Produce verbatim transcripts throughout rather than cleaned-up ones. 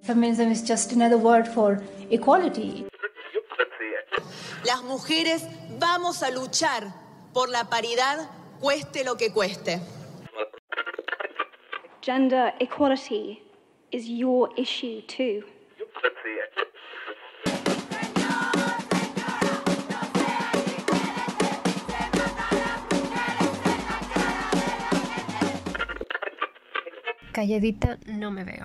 Feminism is just another word for equality. Las mujeres vamos a luchar por la paridad, cueste lo que cueste. Gender equality is your issue too. Calladita no me veo.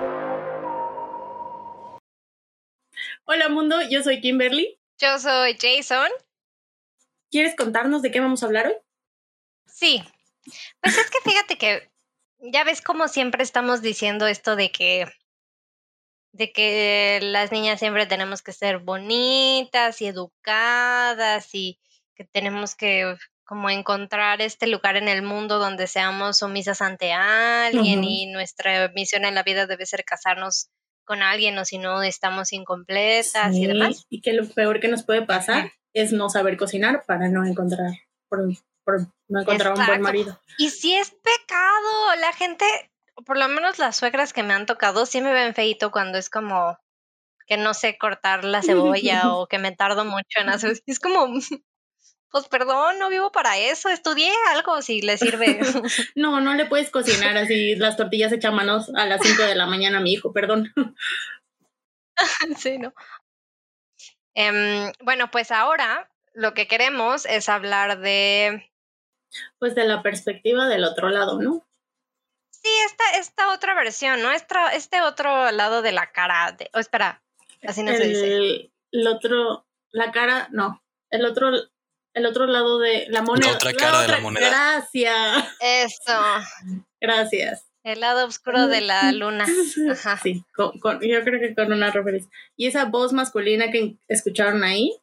Hola mundo, yo soy Kimberly. Yo soy Jason. ¿Quieres contarnos de qué vamos a hablar hoy? Sí, pues es que fíjate que ya ves como siempre estamos diciendo esto de que de que las niñas siempre tenemos que ser bonitas y educadas y que tenemos que como encontrar este lugar en el mundo donde seamos sumisas ante alguien. Uh-huh. Y nuestra misión en la vida debe ser casarnos con alguien o si no estamos incompletas. Sí, y demás. Y que lo peor que nos puede pasar uh-huh. es no saber cocinar para no encontrar por, por no encontrar un buen marido. Y si es pecado, la gente, por lo menos las suegras que me han tocado, sí me ven feíto cuando es como que no sé cortar la cebolla o que me tardo mucho en hacer. Es como, pues perdón, no vivo para eso, estudié algo si le sirve. No, no le puedes cocinar así las tortillas hechas a manos a las cinco de la mañana a mi hijo, perdón. Sí, ¿no? Um, bueno, pues ahora lo que queremos es hablar de... Pues de la perspectiva del otro lado, ¿no? Sí, esta, esta otra versión, ¿no? Esta, este otro lado de la cara. De, oh, espera, así no el, se dice. El otro, la cara, no. El otro, el otro lado de la moneda. La otra cara la otra, de la moneda. Gracias. Eso. Gracias. El lado oscuro de la luna. Ajá. Sí, con, con, yo creo que con una referencia. Y esa voz masculina que escucharon ahí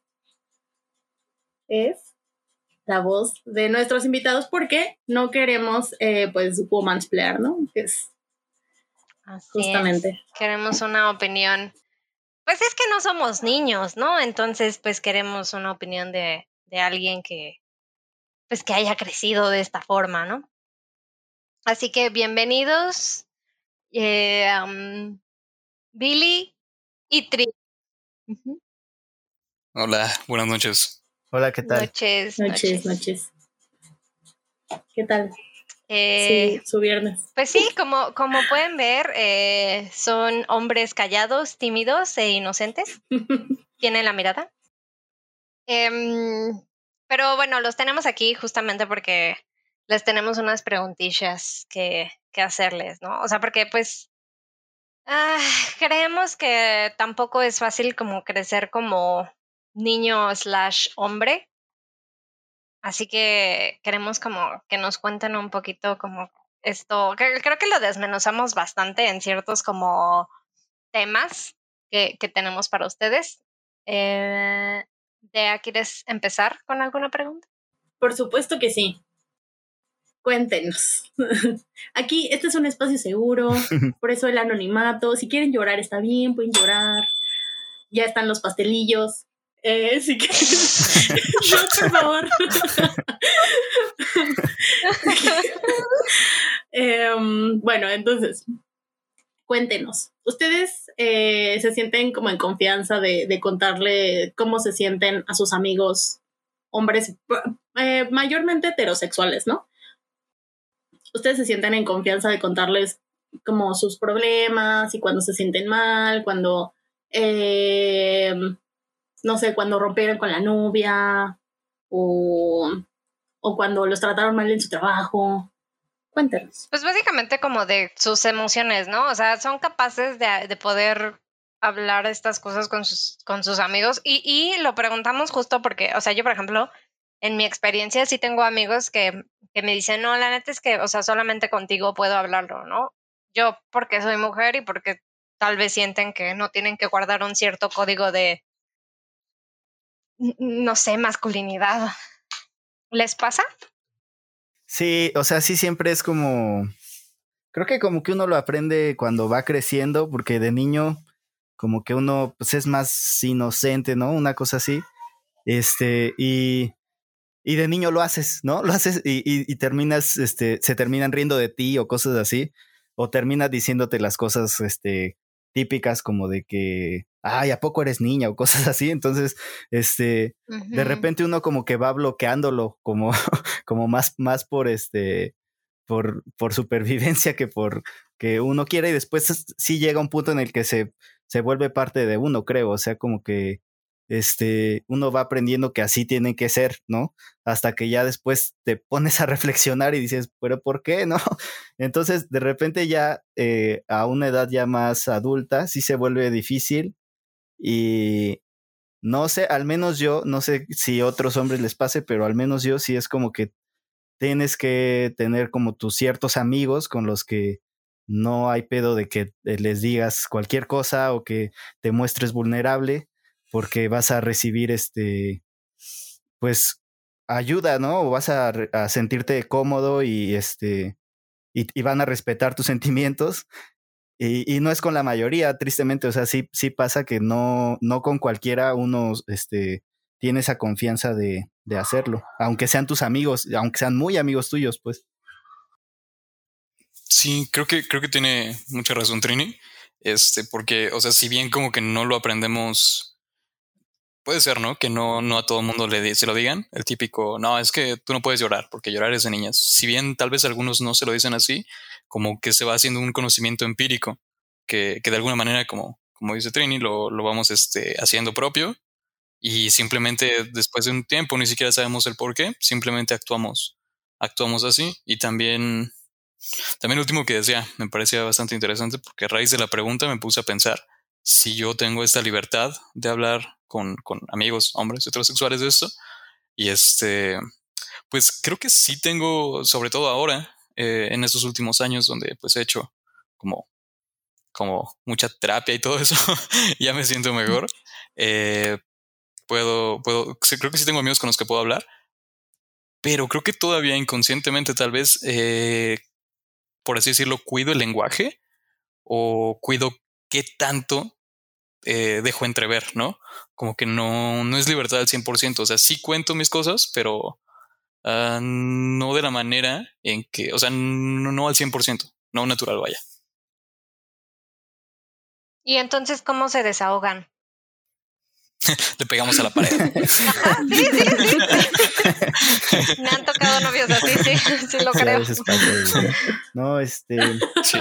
es la voz de nuestros invitados porque no queremos, eh, pues, womansplear, ¿no? Es Así justamente. Es. Queremos una opinión. Pues es que no somos niños, ¿no? Entonces, pues queremos una opinión de, de alguien que, pues que haya crecido de esta forma, ¿no? Así que bienvenidos, eh, um, Billy y Tri. Uh-huh. Hola, buenas noches. Hola, ¿qué tal? Noches, noches, noches. noches. ¿Qué tal? Eh, sí, su viernes. Pues sí, como, como pueden ver, eh, son hombres callados, tímidos e inocentes. Tienen la mirada. Eh, pero bueno, los tenemos aquí justamente porque les tenemos unas preguntillas que, que hacerles, ¿no? O sea, porque pues ah, creemos que tampoco es fácil como crecer como niño slash hombre. Así que queremos como que nos cuenten un poquito como esto, que creo que lo desmenuzamos bastante en ciertos como temas que, que tenemos para ustedes. Eh, ¿Dea, quieres empezar con alguna pregunta? Por supuesto que sí. Cuéntenos. Aquí, este es un espacio seguro, por eso el anonimato. Si quieren llorar está bien, pueden llorar. Ya están los pastelillos. Eh, sí que... no, por favor. eh, bueno, entonces, cuéntenos. ¿Ustedes eh, se sienten como en confianza de, de contarle cómo se sienten a sus amigos hombres, eh, mayormente heterosexuales, ¿no? ¿Ustedes se sienten en confianza de contarles como sus problemas y cuando se sienten mal, cuando... Eh, no sé, cuando rompieron con la novia o, o cuando los trataron mal en su trabajo? Cuéntanos. Pues básicamente como de sus emociones, ¿no? O sea, son capaces de, de poder hablar estas cosas con sus, con sus amigos y, y lo preguntamos justo porque, o sea, yo por ejemplo, en mi experiencia sí tengo amigos que, que me dicen, no, la neta es que, o sea, solamente contigo puedo hablarlo, ¿no? Yo porque soy mujer y porque tal vez sienten que no tienen que guardar un cierto código de no sé, masculinidad. ¿Les pasa? Sí, o sea, sí siempre es como... Creo que como que uno lo aprende cuando va creciendo, porque de niño como que uno pues es más inocente, ¿no? Una cosa así. Este, y, y de niño lo haces, ¿no? Lo haces y, y, y terminas, este, se terminan riendo de ti o cosas así. O terminas diciéndote las cosas, este, típicas como de que, ay, ¿a poco eres niña? O cosas así. Entonces, este, uh-huh. de repente uno como que va bloqueándolo como, como más, más por este, por, por supervivencia que por que uno quiere, y después sí llega un punto en el que se, se vuelve parte de uno, creo. O sea, como que este, uno va aprendiendo que así tiene que ser, ¿no? Hasta que ya después te pones a reflexionar y dices, ¿pero por qué, no? Entonces, de repente ya eh, a una edad ya más adulta sí se vuelve difícil, y no sé, al menos yo, no sé si a otros hombres les pase, pero al menos yo sí es como que tienes que tener como tus ciertos amigos con los que no hay pedo de que les digas cualquier cosa o que te muestres vulnerable, porque vas a recibir este, pues, ayuda, ¿no? O vas a, a sentirte cómodo y este, y, y van a respetar tus sentimientos. Y, y no es con la mayoría, tristemente. O sea, sí, sí pasa que no, no con cualquiera uno este, tiene esa confianza de, de hacerlo, aunque sean tus amigos, aunque sean muy amigos tuyos, pues. Sí, creo que, creo que tiene mucha razón Trini, este, porque, o sea, si bien como que no lo aprendemos, puede ser, ¿no? Que no, no a todo el mundo le se lo digan, el típico, no, es que tú no puedes llorar, porque llorar es de niñas. Si bien tal vez algunos no se lo dicen así, como que se va haciendo un conocimiento empírico, que, que de alguna manera, como, como dice Trini, lo, lo vamos este, haciendo propio, y simplemente después de un tiempo, ni siquiera sabemos el por qué, simplemente actuamos, actuamos así. Y también... También lo último que decía me parecía bastante interesante, porque a raíz de la pregunta me puse a pensar si yo tengo esta libertad de hablar con, con amigos, hombres heterosexuales de esto. Y este, pues creo que sí tengo, sobre todo ahora, eh, en estos últimos años donde pues he hecho como, como mucha terapia y todo eso, ya me siento mejor. Eh, puedo, puedo, creo que sí tengo amigos con los que puedo hablar, pero creo que todavía inconscientemente tal vez... Eh, por así decirlo, cuido el lenguaje o cuido qué tanto eh, dejo entrever, ¿no? Como que no, no es libertad al cien por ciento. O sea, sí cuento mis cosas, pero uh, no de la manera en que, o sea, no, no al cien por ciento, no natural, vaya. ¿Y entonces cómo se desahogan? Le pegamos a la pared. Ajá, sí, sí, sí. Me han tocado novios así, sí, sí lo sí, creo. A veces pasa, no, este... Sí.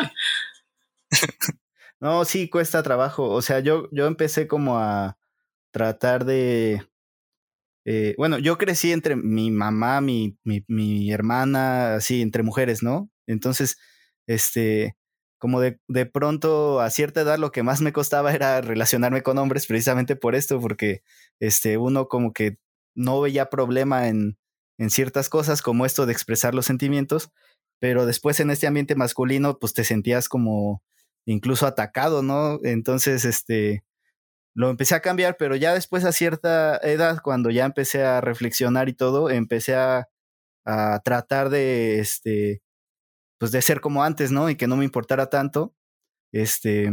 No, sí, cuesta trabajo. O sea, yo, yo empecé como a tratar de... Eh, bueno, yo crecí entre mi mamá, mi, mi, mi hermana, así, entre mujeres, ¿no? Entonces, este... como de, de pronto a cierta edad lo que más me costaba era relacionarme con hombres, precisamente por esto, porque este, uno como que no veía problema en, en ciertas cosas como esto de expresar los sentimientos, pero después en este ambiente masculino pues te sentías como incluso atacado, ¿no? Entonces este, lo empecé a cambiar, pero ya después a cierta edad, cuando ya empecé a reflexionar y todo, empecé a, a tratar de este pues de ser como antes, ¿no? Y que no me importara tanto, este,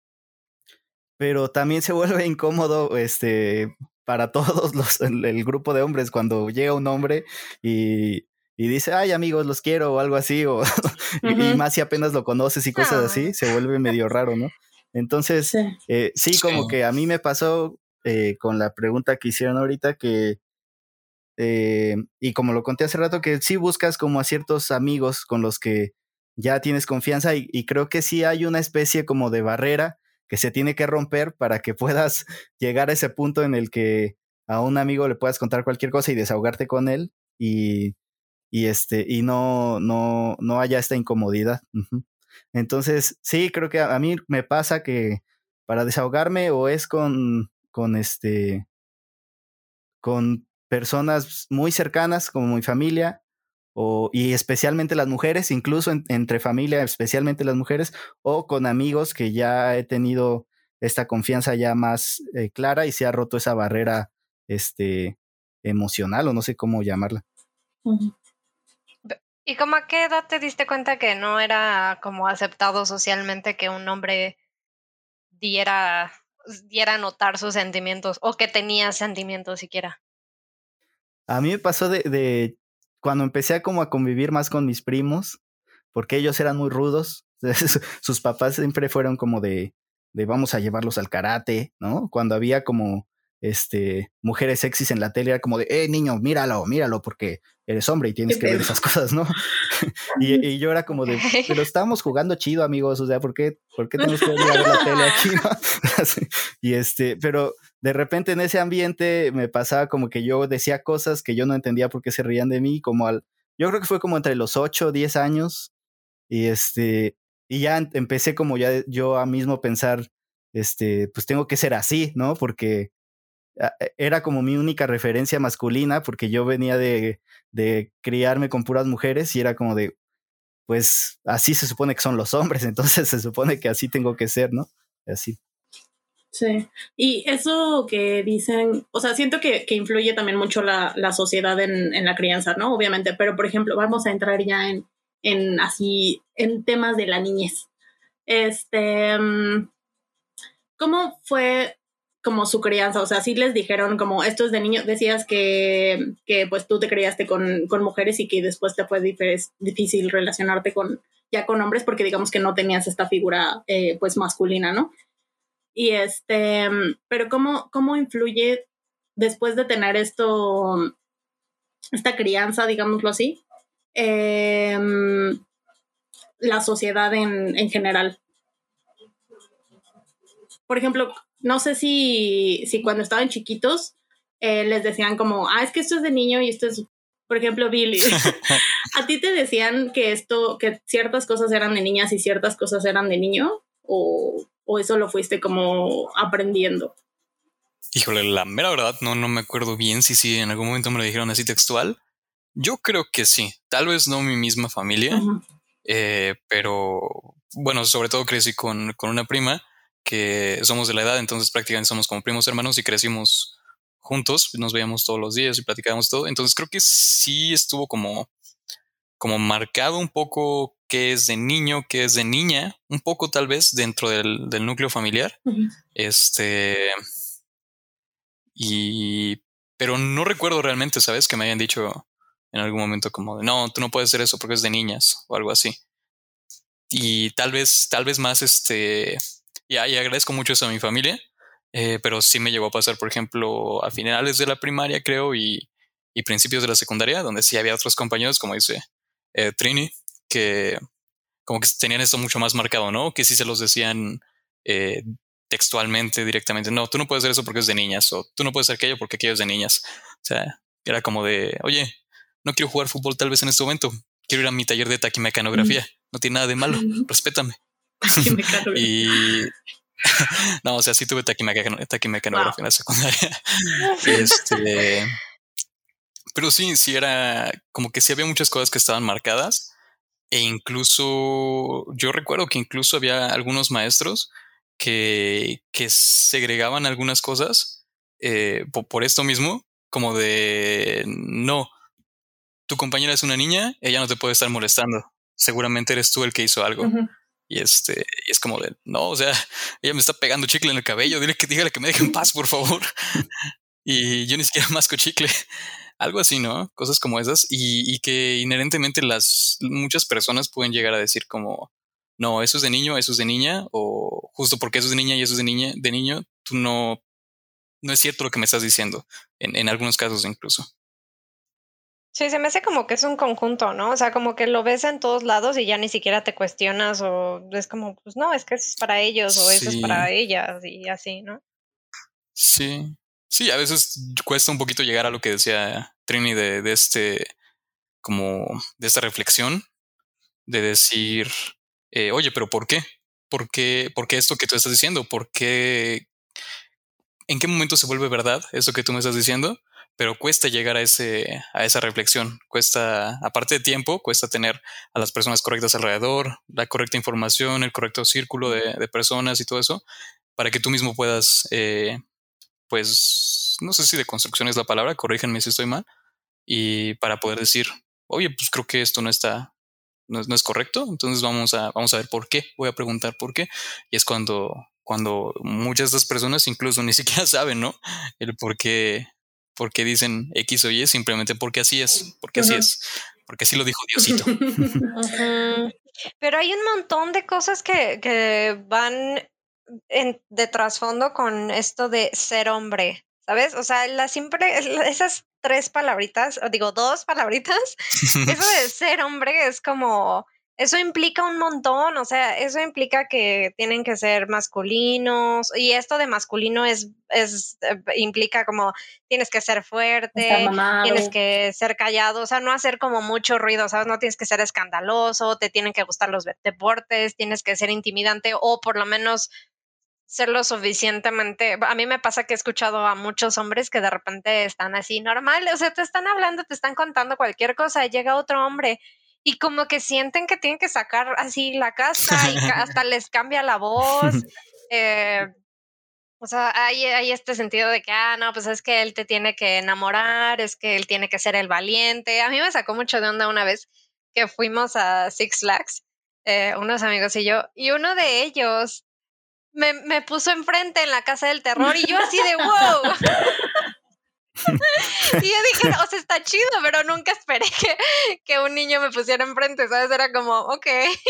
pero también se vuelve incómodo, este, para todos los, el, el grupo de hombres cuando llega un hombre y, y dice, ay amigos, los quiero o algo así, o, uh-huh. y, y más si apenas lo conoces y cosas así, se vuelve medio raro, ¿no? Entonces, sí, eh, sí, sí. como que a mí me pasó eh, con la pregunta que hicieron ahorita que Eh, y como lo conté hace rato, que sí buscas como a ciertos amigos con los que ya tienes confianza y, y creo que sí hay una especie como de barrera que se tiene que romper para que puedas llegar a ese punto en el que a un amigo le puedas contar cualquier cosa y desahogarte con él y, y, este, y no, no, no haya esta incomodidad. Uh-huh. Entonces, sí, creo que a, a mí me pasa que para desahogarme o es con, con este, con personas muy cercanas como mi familia o, y especialmente las mujeres, incluso en, entre familia, especialmente las mujeres, o con amigos que ya he tenido esta confianza ya más eh, clara y se ha roto esa barrera este, emocional o no sé cómo llamarla. Uh-huh. ¿Y cómo a qué edad te diste cuenta que no era como aceptado socialmente que un hombre diera, diera a notar sus sentimientos o que tenía sentimientos siquiera? A mí me pasó de, de cuando empecé a como a convivir más con mis primos, porque ellos eran muy rudos. Sus papás siempre fueron como de, de vamos a llevarlos al karate, ¿no? Cuando había como este, mujeres sexys en la tele, era como de, eh, niño, míralo, míralo, porque eres hombre y tienes que ver esas cosas, ¿no? y, y yo era como de, pero estábamos jugando chido, amigos, o sea, ¿por qué, ¿por qué tenemos que venir a ver la tele aquí, no? y este, pero de repente en ese ambiente me pasaba como que yo decía cosas que yo no entendía por qué se reían de mí, como al, yo creo que fue como entre los ocho, diez años, y este, y ya empecé como ya yo a mismo pensar, este, pues tengo que ser así, ¿no? Porque era como mi única referencia masculina, porque yo venía de, de criarme con puras mujeres y era como de, pues así se supone que son los hombres, entonces se supone que así tengo que ser, ¿no? Así. Sí, y eso que dicen, o sea, siento que, que influye también mucho la, la sociedad en, en la crianza, ¿no? Obviamente, pero por ejemplo, vamos a entrar ya en, en así, en temas de la niñez. Este, ¿cómo fue como su crianza? O sea, sí les dijeron como, esto es de niño, decías que, que pues tú te criaste con, con mujeres y que después te fue difícil relacionarte con, ya con hombres porque digamos que no tenías esta figura eh, pues masculina, ¿no? Y este, pero ¿cómo, cómo influye después de tener esto, esta crianza, digámoslo así, eh, la sociedad en, en general? Por ejemplo, no sé si, si cuando estaban chiquitos eh, les decían como, ah, es que esto es de niño y esto es, por ejemplo, Billy. ¿A ti te decían que esto, que ciertas cosas eran de niñas y ciertas cosas eran de niño? ¿O, o eso lo fuiste como aprendiendo? Híjole, la mera verdad, no, no me acuerdo bien si sí, en algún momento me lo dijeron así textual. Yo creo que sí, tal vez no mi misma familia, uh-huh. eh, pero bueno, sobre todo crecí con, con una prima que somos de la edad, entonces prácticamente somos como primos hermanos y crecimos juntos, nos veíamos todos los días y platicábamos todo, entonces creo que sí estuvo como, como marcado un poco qué es de niño, qué es de niña, un poco tal vez dentro del, del núcleo familiar, uh-huh. este, y, pero no recuerdo realmente, ¿sabes? Que me hayan dicho en algún momento como de, no, tú no puedes hacer eso porque es de niñas o algo así. Y tal vez, tal vez más, este, ya, y agradezco mucho eso a mi familia, eh, pero sí me llegó a pasar, por ejemplo, a finales de la primaria, creo, y, y principios de la secundaria, donde sí había otros compañeros, como dice eh, Trini, que como que tenían esto mucho más marcado, ¿no? Que sí se los decían eh, textualmente, directamente, no, tú no puedes hacer eso porque es de niñas, o tú no puedes hacer aquello porque aquello es de niñas. O sea, era como de, oye, no quiero jugar fútbol tal vez en este momento, quiero ir a mi taller de taquimecanografía, no tiene nada de malo, respétame. Y no, o sea, sí tuve taquimecanografía taquimecanografía wow. en la secundaria. este, pero sí, sí era como que sí había muchas cosas que estaban marcadas, e incluso yo recuerdo que incluso había algunos maestros que, que segregaban algunas cosas eh, por, por esto mismo, como de no, tu compañera es una niña, ella no te puede estar molestando, seguramente eres tú el que hizo algo. Uh-huh. Y este, y es como de, no, o sea, ella me está pegando chicle en el cabello, dile que, dígale que me deje en paz, por favor. Y yo ni siquiera masco chicle. Algo así, ¿no? Cosas como esas. Y, y que inherentemente las muchas personas pueden llegar a decir como, no, eso es de niño, eso es de niña, o justo porque eso es de niña y eso es de niña, de niño, tú no, no es cierto lo que me estás diciendo, en, en algunos casos incluso. Sí, se me hace como que es un conjunto, ¿no? O sea, como que lo ves en todos lados y ya ni siquiera te cuestionas o es como, pues no, es que eso es para ellos o sí. Eso es para ellas y así, ¿no? Sí, sí, a veces cuesta un poquito llegar a lo que decía Trini de, de este, como, de esta reflexión, de decir, eh, oye, pero ¿por qué? ¿Por qué? ¿Por qué esto que tú estás diciendo? ¿Por qué? ¿En qué momento se vuelve verdad esto que tú me estás diciendo? Pero cuesta llegar a ese, a esa reflexión. Cuesta, aparte de tiempo, cuesta tener a las personas correctas alrededor, la correcta información, el correcto círculo de, de personas y todo eso, para que tú mismo puedas, eh, pues, no sé si de construcción es la palabra, corríjanme si estoy mal, y para poder decir, oye, pues creo que esto no está, no, no es correcto, entonces vamos a, vamos a ver por qué, voy a preguntar por qué, y es cuando, cuando muchas de estas personas incluso ni siquiera saben, ¿no? El por qué, por qué dicen X o Y, simplemente porque así es, porque uh-huh. así es, porque así lo dijo Diosito. Uh-huh. Pero hay un montón de cosas que, que van en, de trasfondo con esto de ser hombre, ¿sabes? O sea, la siempre, esas tres palabritas, o digo, dos palabritas, eso de ser hombre es como, eso implica un montón, o sea, eso implica que tienen que ser masculinos, y esto de masculino es, es eh, implica como tienes que ser fuerte, tienes que ser callado, o sea, no hacer como mucho ruido, ¿sabes? No tienes que ser escandaloso, te tienen que gustar los deportes, tienes que ser intimidante o por lo menos ser lo suficientemente. A mí me pasa que he escuchado a muchos hombres que de repente están así normal, o sea, te están hablando, te están contando cualquier cosa y llega otro hombre y como que sienten que tienen que sacar así la casta y hasta les cambia la voz. Eh, o sea, hay, hay este sentido de que, ah, no, pues es que él te tiene que enamorar, es que él tiene que ser el valiente. A mí me sacó mucho de onda una vez que fuimos a Six Flags, eh, unos amigos y yo, y uno de ellos me, me puso enfrente en la casa del terror y yo así de wow. Y yo dije, o sea, está chido, pero nunca esperé que, que un niño me pusiera enfrente, ¿sabes? Era como, ok,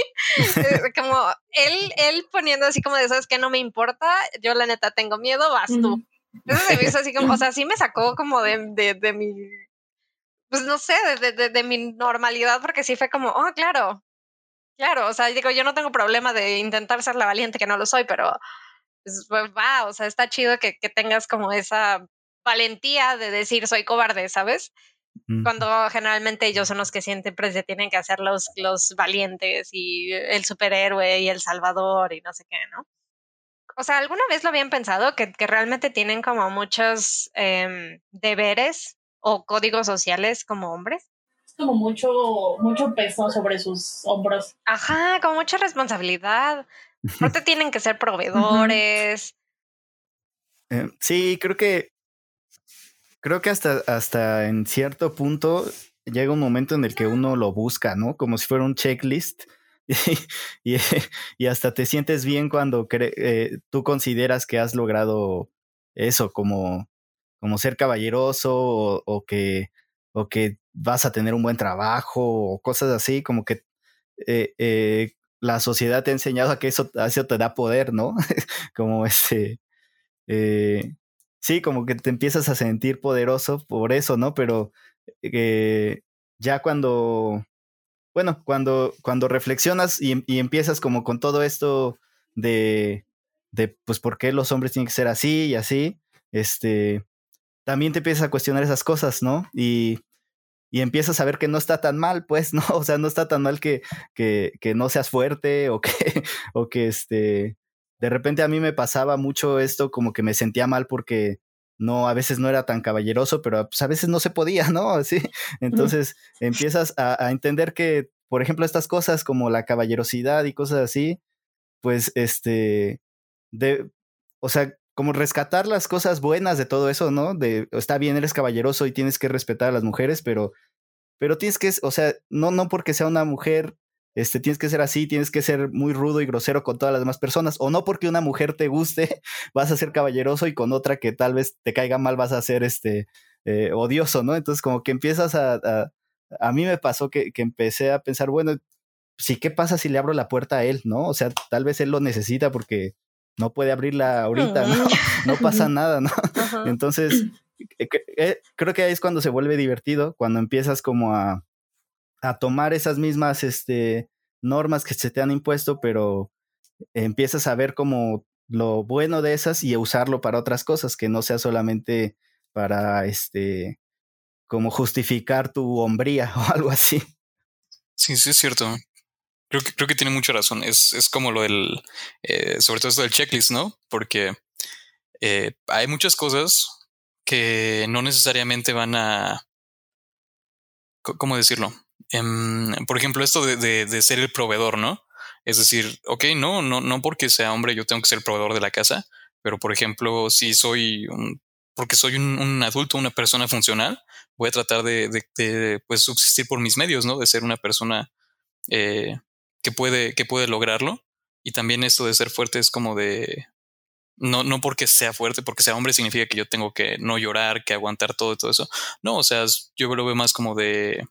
como él, él poniendo así como de, ¿sabes qué? No me importa, yo la neta tengo miedo, vas tú. Eso se me hizo así como, o sea, sí me sacó como de, de, de mi, pues no sé, de, de, de mi normalidad, porque sí fue como, oh, claro, claro, o sea, digo, yo no tengo problema de intentar ser la valiente, que no lo soy, pero pues, va, o sea, está chido que, que tengas como esa valentía de decir soy cobarde, ¿sabes? Mm. Cuando generalmente ellos son los que siempre se tienen que hacer los, los valientes y el superhéroe y el salvador y no sé qué, ¿no? O sea, ¿alguna vez lo habían pensado que, que realmente tienen como muchos eh, deberes o códigos sociales como hombres? Es como mucho, mucho peso sobre sus hombros. Ajá, como mucha responsabilidad. Aparte tienen que ser proveedores. Uh-huh. Eh, sí, creo que creo que hasta, hasta en cierto punto llega un momento en el que uno lo busca, ¿no? Como si fuera un checklist. Y, y, y hasta te sientes bien cuando cre- eh, tú consideras que has logrado eso, como, como ser caballeroso o, o, que, o que vas a tener un buen trabajo o cosas así, como que eh, eh, la sociedad te ha enseñado a que eso, a eso te da poder, ¿no? Como ese... Eh, sí, como que te empiezas a sentir poderoso por eso, ¿no? Pero eh, ya cuando, bueno, cuando, cuando reflexionas y, y empiezas como con todo esto de, de, pues, ¿por qué los hombres tienen que ser así y así? Este, también te empiezas a cuestionar esas cosas, ¿no? Y, y empiezas a ver que no está tan mal, pues, ¿no? O sea, no está tan mal que, que, que no seas fuerte o que, o que este... De repente a mí me pasaba mucho esto, como que me sentía mal porque no, a veces no era tan caballeroso, pero pues a veces no se podía, ¿no? Así. Entonces uh-huh. empiezas a, a entender que, por ejemplo, estas cosas como la caballerosidad y cosas así, pues, este, de, o sea, como rescatar las cosas buenas de todo eso, ¿no? De, está bien, eres caballeroso y tienes que respetar a las mujeres, pero, pero tienes que, o sea, no, no porque sea una mujer... Este, tienes que ser así, tienes que ser muy rudo y grosero con todas las demás personas, o no porque una mujer te guste vas a ser caballeroso y con otra que tal vez te caiga mal vas a ser este, eh, odioso, ¿no? Entonces como que empiezas a, a, a mí me pasó que, que empecé a pensar, bueno, sí, ¿qué pasa si le abro la puerta a él, no? O sea, tal vez él lo necesita porque no puede abrirla ahorita, ¿no? No pasa nada, ¿no? Uh-huh. Entonces, eh, eh, creo que ahí es cuando se vuelve divertido, cuando empiezas como a a tomar esas mismas este, normas que se te han impuesto, pero empiezas a ver como lo bueno de esas y a usarlo para otras cosas, que no sea solamente para este como justificar tu hombría o algo así. Sí, sí es cierto. Creo que, creo que tiene mucha razón. Es, es como lo del, eh, sobre todo esto del checklist, ¿no? Porque eh, hay muchas cosas que no necesariamente van a, ¿cómo decirlo? Um, por ejemplo, esto de, de, de ser el proveedor, ¿no? Es decir, ok, no, no, no porque sea hombre yo tengo que ser el proveedor de la casa, pero por ejemplo, si soy un, porque soy un, un adulto, una persona funcional, voy a tratar de, de, de pues subsistir por mis medios, ¿no? De ser una persona eh, que puede, que puede lograrlo. Y también esto de ser fuerte es como de, no, no porque sea fuerte, porque sea hombre significa que yo tengo que no llorar, que aguantar todo y todo eso. No, o sea, yo lo veo más como de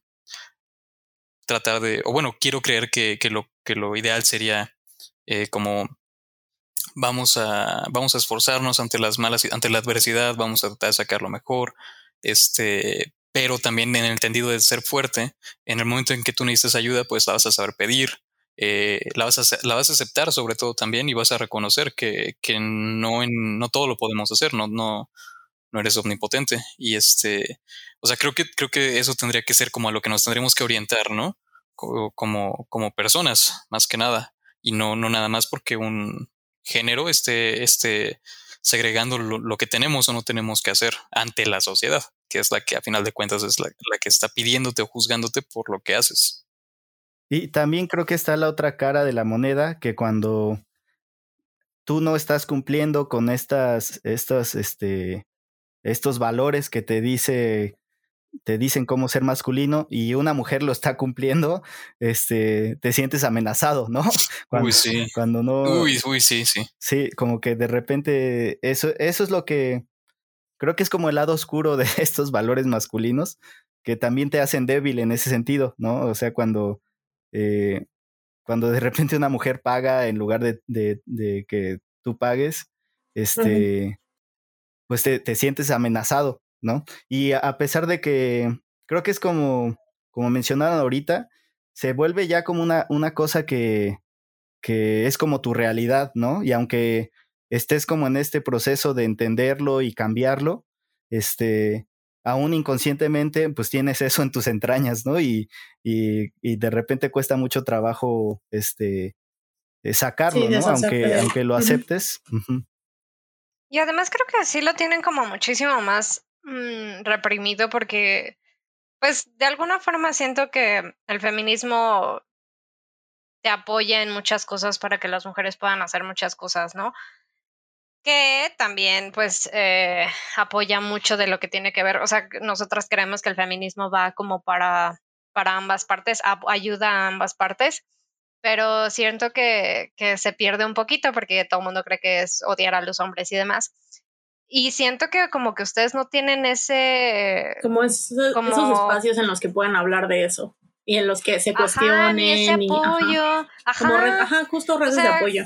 tratar de, o bueno, quiero creer que, que, lo, que lo ideal sería eh, como vamos a, vamos a esforzarnos ante las malas, ante la adversidad, vamos a tratar de sacar lo mejor, este, pero también en el entendido de ser fuerte, en el momento en que tú necesitas ayuda, pues la vas a saber pedir, eh, la, vas a, la vas a aceptar sobre todo también y vas a reconocer que, que no, en, no todo lo podemos hacer, no, no, no eres omnipotente. Y este, o sea, creo que, creo que eso tendría que ser como a lo que nos tendríamos que orientar, ¿no? Como, como personas, más que nada, y no, no nada más porque un género esté, esté segregando lo, lo que tenemos o no tenemos que hacer ante la sociedad, que es la que a final de cuentas es la, la que está pidiéndote o juzgándote por lo que haces. Y también creo que está la otra cara de la moneda, que cuando tú no estás cumpliendo con estas, estas, este, estos valores que te dice, te dicen cómo ser masculino y una mujer lo está cumpliendo, este, te sientes amenazado, ¿no? Cuando, uy, sí. Cuando no. Uy, uy, sí, sí. Sí, como que de repente eso, eso es lo que creo que es como el lado oscuro de estos valores masculinos que también te hacen débil en ese sentido, ¿no? O sea, cuando, eh, cuando de repente una mujer paga en lugar de, de, de que tú pagues, este, uh-huh. pues te, te sientes amenazado, ¿no? Y a, a pesar de que creo que es como, como mencionaron ahorita, se vuelve ya como una, una cosa que, que es como tu realidad, ¿no? Y aunque estés como en este proceso de entenderlo y cambiarlo, este, aún inconscientemente, pues tienes eso en tus entrañas, ¿no? Y, y, y de repente cuesta mucho trabajo, este, sacarlo, sí, ¿no? Aunque, aunque lo aceptes. Uh-huh. Y además creo que sí lo tienen como muchísimo más mmm, reprimido porque, pues, de alguna forma siento que el feminismo te apoya en muchas cosas para que las mujeres puedan hacer muchas cosas, ¿no? Que también, pues, eh, apoya mucho de lo que tiene que ver, o sea, nosotras creemos que el feminismo va como para, para ambas partes, a, ayuda a ambas partes, pero siento que, que se pierde un poquito porque todo el mundo cree que es odiar a los hombres y demás. Y siento que como que ustedes no tienen ese... Como, es, como esos espacios en los que puedan hablar de eso. Y en los que se cuestionen. Ajá, ni ese apoyo. Y, ajá, ajá. Como re, ajá, justo redes o sea, de apoyo.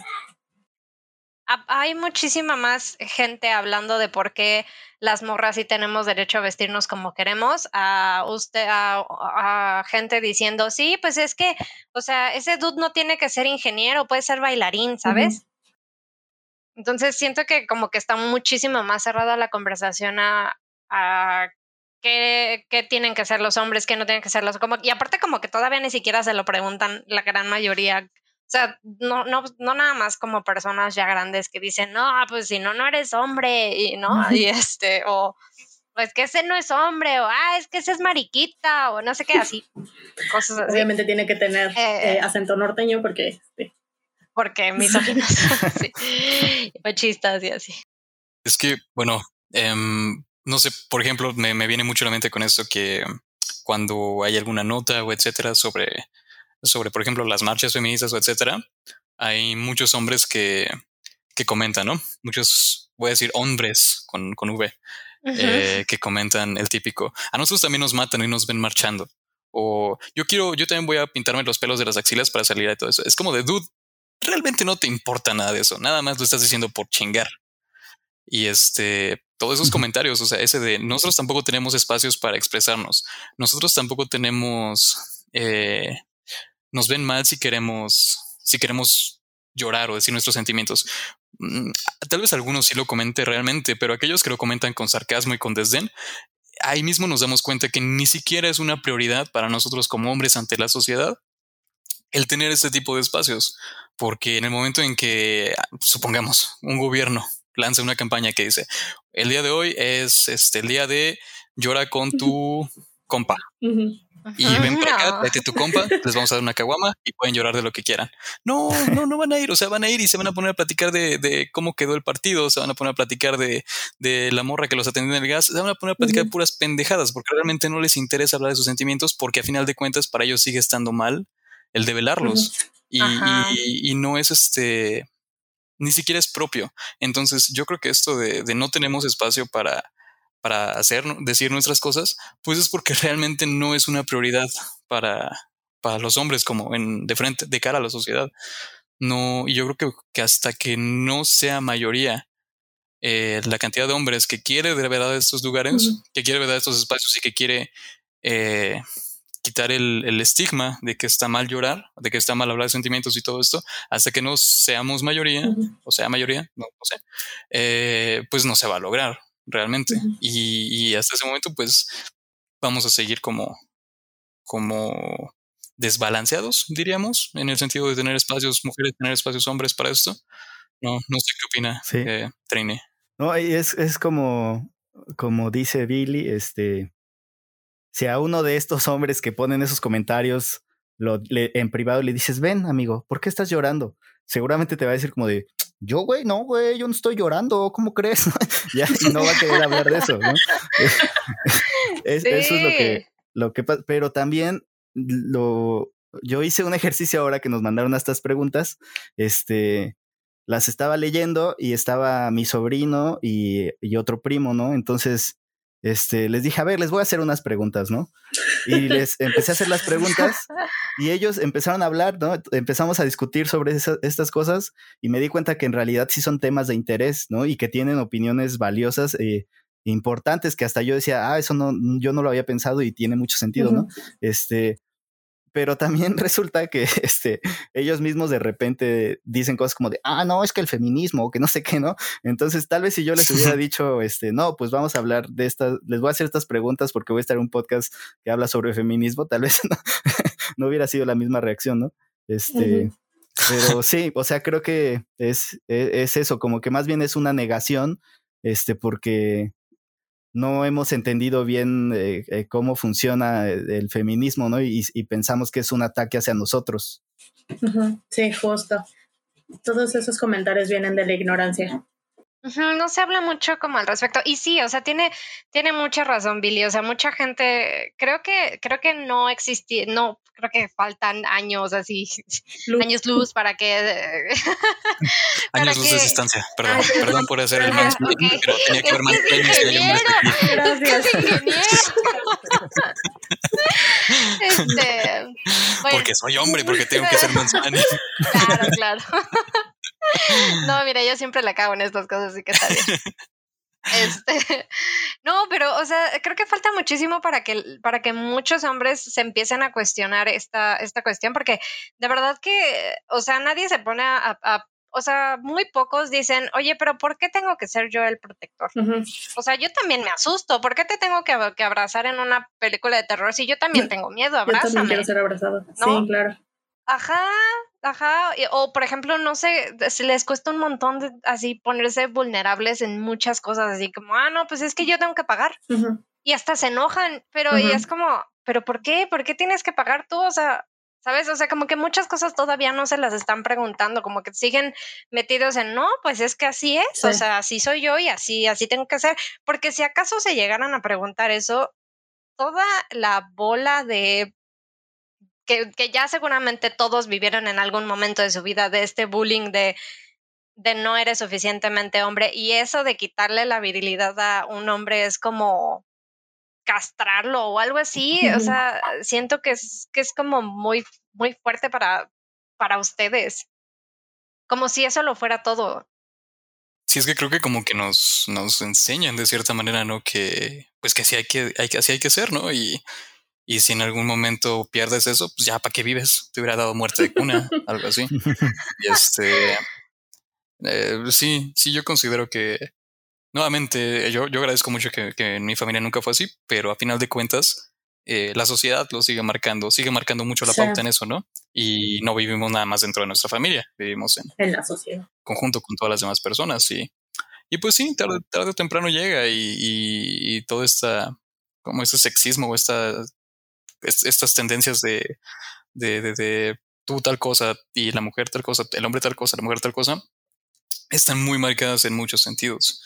Hay muchísima más gente hablando de por qué las morras sí tenemos derecho a vestirnos como queremos, a usted, a, a gente diciendo, sí, pues es que, o sea, ese dude no tiene que ser ingeniero, puede ser bailarín, ¿sabes? Uh-huh. Entonces siento que como que está muchísimo más cerrada la conversación a, a qué, qué tienen que ser los hombres, qué no tienen que ser los hombres. Y aparte como que todavía ni siquiera se lo preguntan la gran mayoría. O sea, no, no, no nada más como personas ya grandes que dicen, no, pues si no, no eres hombre, y no, uh-huh. y este, o, o es que ese no es hombre, o ah, es que ese es mariquita, o no sé qué, así. Cosas así. Obviamente tiene que tener eh, eh, acento norteño porque... Sí. Porque misóginos, sí, machistas y así. Es que, bueno, eh, no sé, por ejemplo, me, me viene mucho a la mente con esto que cuando hay alguna nota o etcétera sobre, sobre, por ejemplo, las marchas feministas o etcétera, hay muchos hombres que, que comentan, ¿no? Muchos, voy a decir hombres con, con V, uh-huh. eh, que comentan el típico, a nosotros también nos matan y nos ven marchando. O yo quiero, yo también voy a pintarme los pelos de las axilas para salir de todo eso. Es como de, dude, realmente no te importa nada de eso, nada más lo estás diciendo por chingar. Y este, todos esos comentarios, o sea, ese de nosotros tampoco tenemos espacios para expresarnos, nosotros tampoco tenemos, eh, nos ven mal si queremos, si queremos llorar o decir nuestros sentimientos. Tal vez algunos sí lo comenten realmente, pero aquellos que lo comentan con sarcasmo y con desdén, ahí mismo nos damos cuenta que ni siquiera es una prioridad para nosotros como hombres ante la sociedad el tener este tipo de espacios, porque en el momento en que, supongamos, un gobierno lanza una campaña que dice, el día de hoy es este el día de llora con tu compa. Uh-huh. Y ven para acá, tráete tu compa, les vamos a dar una caguama y pueden llorar de lo que quieran. No, no, no van a ir, o sea, van a ir y se van a poner a platicar de, de cómo quedó el partido, se van a poner a platicar de, de la morra que los atendió en el gas, se van a poner a platicar uh-huh. de puras pendejadas, porque realmente no les interesa hablar de sus sentimientos, porque a final de cuentas para ellos sigue estando mal el develarlos. Uh-huh. y, y, y no es este, ni siquiera es propio. Entonces yo creo que esto de, de no tenemos espacio para, para hacer, decir nuestras cosas, pues es porque realmente no es una prioridad para, para los hombres como en, de frente, de cara a la sociedad. no, y yo creo que, que hasta que no sea mayoría eh, la cantidad de hombres que quiere de verdad estos lugares, uh-huh. que quiere de verdad estos espacios y que quiere eh, quitar el, el estigma de que está mal llorar, de que está mal hablar de sentimientos y todo esto, hasta que no seamos mayoría, uh-huh. o sea, mayoría, no, no sé, eh, pues no se va a lograr realmente. Uh-huh. Y, y hasta ese momento, pues vamos a seguir como, como desbalanceados, diríamos, en el sentido de tener espacios mujeres, tener espacios hombres para esto. No, no sé qué opina, sí. eh, Trainee. No, es, es como, como dice Billy, este, si a uno de estos hombres que ponen esos comentarios lo, le, en privado le dices, ven, amigo, ¿por qué estás llorando? Seguramente te va a decir como de, yo, güey, no, güey, yo no estoy llorando, ¿cómo crees? Ya, y no va a querer hablar de eso, ¿no? es, sí. Eso es lo que, lo que pasa, pero también lo, yo hice un ejercicio ahora que nos mandaron estas preguntas, este... las estaba leyendo y estaba mi sobrino y, y otro primo, ¿no? Entonces, este, les dije, a ver, les voy a hacer unas preguntas, ¿no? Y les empecé a hacer las preguntas y ellos empezaron a hablar, ¿no? Empezamos a discutir sobre esa, estas cosas y me di cuenta que en realidad sí son temas de interés, ¿no? Y que tienen opiniones valiosas e importantes que hasta yo decía, ah, eso no, yo no lo había pensado y tiene mucho sentido, uh-huh. ¿no? Este... Pero también resulta que este, ellos mismos de repente dicen cosas como de, ah, no, es que el feminismo, que no sé qué, ¿no? Entonces, tal vez si yo les hubiera dicho, este, no, pues vamos a hablar de estas, les voy a hacer estas preguntas porque voy a estar en un podcast que habla sobre feminismo, tal vez no, no hubiera sido la misma reacción, ¿no? Este, uh-huh. Pero sí, o sea, creo que es, es, es eso, como que más bien es una negación, este, porque... no hemos entendido bien eh, eh, cómo funciona el feminismo, ¿no? Y, y pensamos que es un ataque hacia nosotros. Uh-huh. Sí, justo. Todos esos comentarios vienen de la ignorancia. Uh-huh. No se habla mucho como al respecto. Y sí, o sea, tiene, tiene mucha razón, Billy. O sea, mucha gente, creo que, creo que no existía, no, creo que faltan años así, luz. años luz para que... para años que... luz de distancia, perdón, Ay, perdón por hacer el más, okay. Pero tenía que haber más premios y hay hombres aquí. Gracias. este, bueno. Porque soy hombre, porque tengo que ser mansplaining. Claro, claro. No, mira, yo siempre la cago en estas cosas, así que está bien. Este, no, pero, o sea, creo que falta muchísimo para que, para que muchos hombres se empiecen a cuestionar esta, esta cuestión, porque de verdad que, o sea, nadie se pone a, a o sea, muy pocos dicen, oye, pero ¿por qué tengo que ser yo el protector? Uh-huh. O sea, yo también me asusto. ¿Por qué te tengo que, que abrazar en una película de terror si yo también tengo miedo? Abrázame. Yo también quiero ser abrazado. ¿No? Sí, claro. Ajá, ajá. O, por ejemplo, no sé, si les cuesta un montón de, así ponerse vulnerables en muchas cosas, así como, ah, no, pues es que yo tengo que pagar. Uh-huh. Y hasta se enojan, pero uh-huh. y es como, ¿pero por qué? ¿Por qué tienes que pagar tú? O sea... ¿sabes? O sea, como que muchas cosas todavía no se las están preguntando, como que siguen metidos en, no, pues es que así es, sí. O sea, así soy yo y así, así tengo que ser, porque si acaso se llegaran a preguntar eso, toda la bola de, que, que ya seguramente todos vivieron en algún momento de su vida, de este bullying de, de no eres suficientemente hombre, y eso de quitarle la virilidad a un hombre es como... castrarlo o algo así, uh-huh. O sea, siento que es, que es como muy, muy fuerte para, para ustedes, como si eso lo fuera todo. Sí, es que creo que como que nos, nos enseñan de cierta manera, ¿no? Que pues que así hay que, hay que, así hay que ser, ¿no? Y, y si en algún momento pierdes eso, pues ya, ¿para qué vives? Te hubiera dado muerte de cuna, algo así. Y este, eh, sí, sí, yo considero que nuevamente, yo, yo agradezco mucho que, que en mi familia nunca fue así, pero a final de cuentas, eh, la sociedad lo sigue marcando, sigue marcando mucho la sí. pauta en eso, ¿no? Y no vivimos nada más dentro de nuestra familia, vivimos en, en la sociedad. Conjunto con todas las demás personas, y, y pues sí, tarde, tarde o temprano llega y, y, y todo esta, como este sexismo o esta, est, estas tendencias de, de, de, de tú tal cosa y la mujer tal cosa, el hombre tal cosa, la mujer tal cosa, están muy marcadas en muchos sentidos.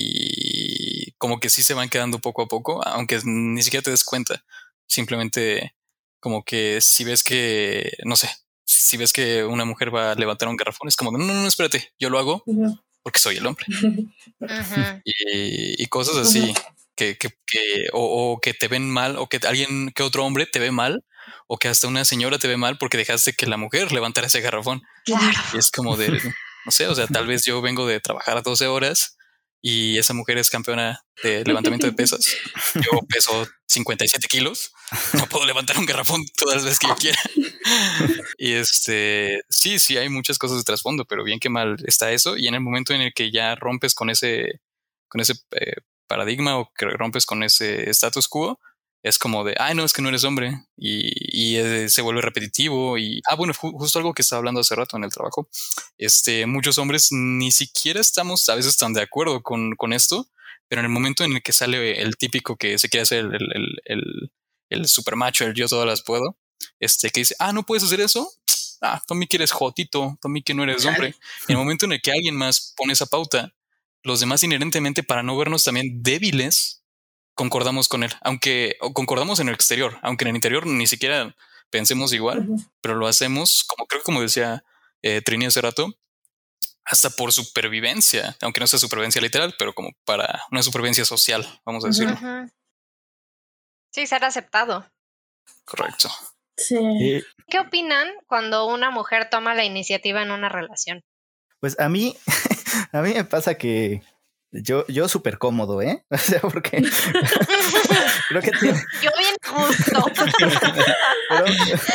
Y como que sí se van quedando poco a poco, aunque ni siquiera te des cuenta. Simplemente como que si ves que, no sé, si ves que una mujer va a levantar un garrafón, es como, no, no, no, espérate, yo lo hago uh-huh. porque soy el hombre. Uh-huh. y, y cosas así, uh-huh. que, que, que o, o que te ven mal, o que alguien, que otro hombre te ve mal, o que hasta una señora te ve mal porque dejaste que la mujer levantara ese garrafón. Claro. Y es como de, no sé, o sea, tal vez yo vengo de trabajar doce horas y esa mujer es campeona de levantamiento de pesas. Yo peso cincuenta y siete kilos. No puedo levantar un garrafón todas las veces que yo quiera. Y este, sí, sí, hay muchas cosas de trasfondo, pero bien que mal está eso. Y en el momento en el que ya rompes con ese, con ese eh, paradigma o que rompes con ese status quo, es como de, ay, no, es que no eres hombre. Y, y eh, se vuelve repetitivo. Y, ah, bueno, ju- justo algo que estaba hablando hace rato en el trabajo. Este, muchos hombres ni siquiera estamos a veces tan de acuerdo con, con esto, pero en el momento en el que sale el típico que se quiere hacer el, el, el, el, el super macho, el yo todas las puedo, este, que dice, ah, no puedes hacer eso. Ah, tú a mí que eres jotito, tú a mí que no eres hombre. Y en el momento en el que alguien más pone esa pauta, los demás inherentemente, para no vernos también débiles, concordamos con él, aunque o concordamos en el exterior, aunque en el interior ni siquiera pensemos igual, Ujú. pero lo hacemos como creo como decía eh, Trini hace rato, hasta por supervivencia, aunque no sea supervivencia literal, pero como para una supervivencia social, vamos a decirlo. Ujú. Sí, ser aceptado. Correcto. Sí. Y, ¿Qué opinan cuando una mujer toma la iniciativa en una relación? pues a mí, a mí me pasa que yo, yo súper cómodo, ¿eh? O sea, porque creo que tiene, Yo bien justo. pero,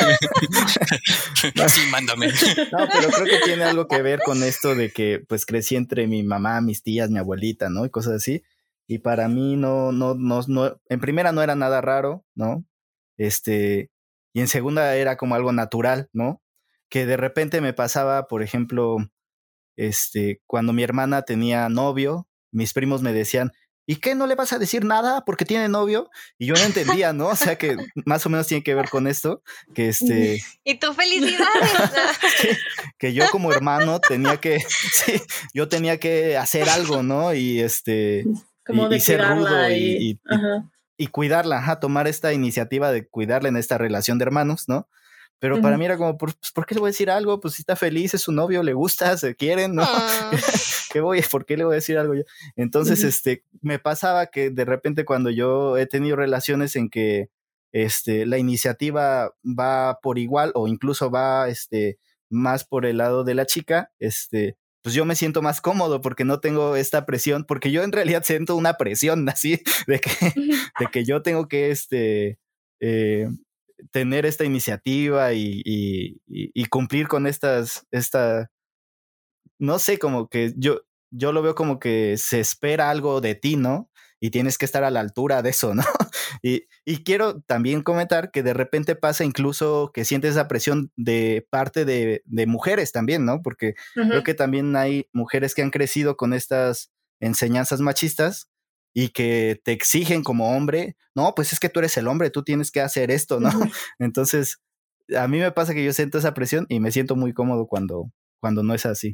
Sí, mándame. no, pero creo que tiene algo que ver con esto de que pues crecí entre mi mamá, mis tías, mi abuelita, ¿no? Y cosas así. Y para mí no, no, no, no, en primera no era nada raro, ¿no? Este, y en segunda era como algo natural, ¿no? Que de repente me pasaba, por ejemplo, este, cuando mi hermana tenía novio, mis primos me decían, ¿y qué? ¿No le vas a decir nada porque tiene novio? Y yo no entendía, ¿no? O sea que más o menos tiene que ver con esto, que este, Y tu felicidades. que yo como hermano tenía que, sí, yo tenía que hacer algo, ¿no? Y este, Como y, de y ser cuidarla rudo y, y, y, y, ajá. y cuidarla, ajá, tomar esta iniciativa de cuidarla en esta relación de hermanos, ¿no? Pero Ujú. para mí era como, pues, ¿por qué le voy a decir algo? Pues si está feliz, es su novio, le gusta, se quieren, ¿no? Mm. ¿Qué voy? ¿Por qué le voy a decir algo yo? Entonces, Ujú. este, me pasaba que de repente cuando yo he tenido relaciones en que este, la iniciativa va por igual o incluso va este, más por el lado de la chica, este, pues yo me siento más cómodo porque no tengo esta presión, porque yo en realidad siento una presión así de que, de que yo tengo que este, eh, tener esta iniciativa y, y, y, y cumplir con estas, esta, no sé, como que yo, yo lo veo como que se espera algo de ti, ¿no? Y tienes que estar a la altura de eso, ¿no? Y, y quiero también comentar que de repente pasa incluso que sientes esa presión de parte de, de mujeres también, ¿no? Porque Ujú. creo que también hay mujeres que han crecido con estas enseñanzas machistas y que te exigen como hombre, no, pues es que tú eres el hombre, tú tienes que hacer esto, ¿no? Ujú. Entonces, a mí me pasa que yo siento esa presión y me siento muy cómodo cuando, cuando no es así.